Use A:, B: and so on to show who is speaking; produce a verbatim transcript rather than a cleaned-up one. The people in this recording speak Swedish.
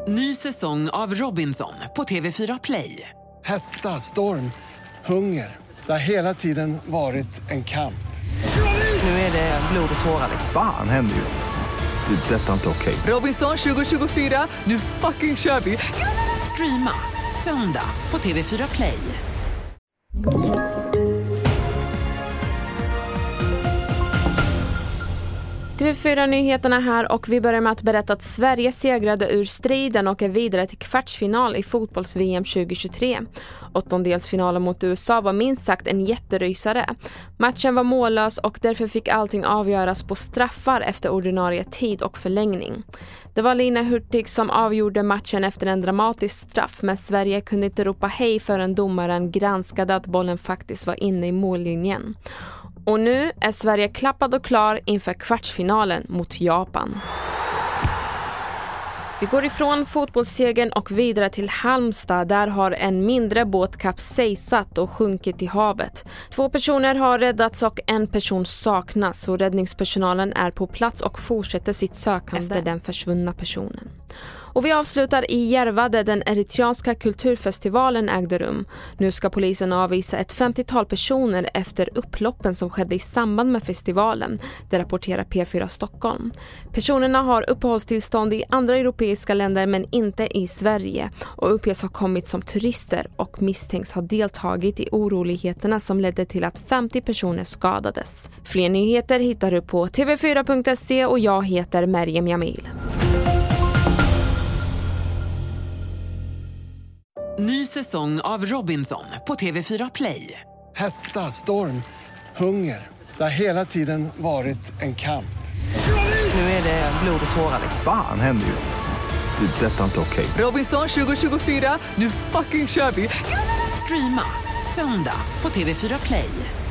A: Ny säsong av Robinson på T V fyra Play.
B: Hetta, storm, hunger. Det har hela tiden varit en kamp.
A: Nu är det blod och tårar.
C: Fan händer just det. Det är detta inte okej.
A: Robinson tjugo tjugofyra, nu fucking kör vi. Streama söndag på T V fyra Play.
D: T V fyra-nyheterna här och vi börjar med att berätta att Sverige segrade ur striden och är vidare till kvartsfinal i fotbolls-V M tjugo tjugotre. Åttondelsfinalen mot U S A var minst sagt en jätterysare. Matchen var mållös och därför fick allting avgöras på straffar efter ordinarie tid och förlängning. Det var Lina Hurtig som avgjorde matchen efter en dramatisk straff, men Sverige kunde inte ropa hej förrän domaren granskade att bollen faktiskt var inne i mållinjen. Och nu är Sverige klappad och klar inför kvartsfinalen mot Japan. Vi går ifrån fotbollssegern och vidare till Halmstad. Där har en mindre båt kapsejsat och sjunkit i havet. Två personer har räddats och en person saknas. Och räddningspersonalen är på plats och fortsätter sitt sökande efter den försvunna personen. Och vi avslutar i Järva där den eritreanska kulturfestivalen ägde rum. Nu ska polisen avvisa ett femtiotal personer efter upploppen som skedde i samband med festivalen. Det rapporterar P fyra Stockholm. Personerna har uppehållstillstånd i andra europeiska länder men inte i Sverige och uppges ha kommit som turister och misstänks ha deltagit i oroligheterna som ledde till att femtio personer skadades. Fler nyheter hittar du på t v fyra punkt se och jag heter Merjem Jamil.
A: Ny säsong av Robinson på T V fyra Play.
B: Hetta, storm, hunger. Det har hela tiden varit en kamp.
A: Nu är det blod och tårar.
C: Fan händer just det. Det är detta inte okej.
A: Robinson tjugo tjugofyra, nu fucking kör vi. Streama söndag på T V fyra Play.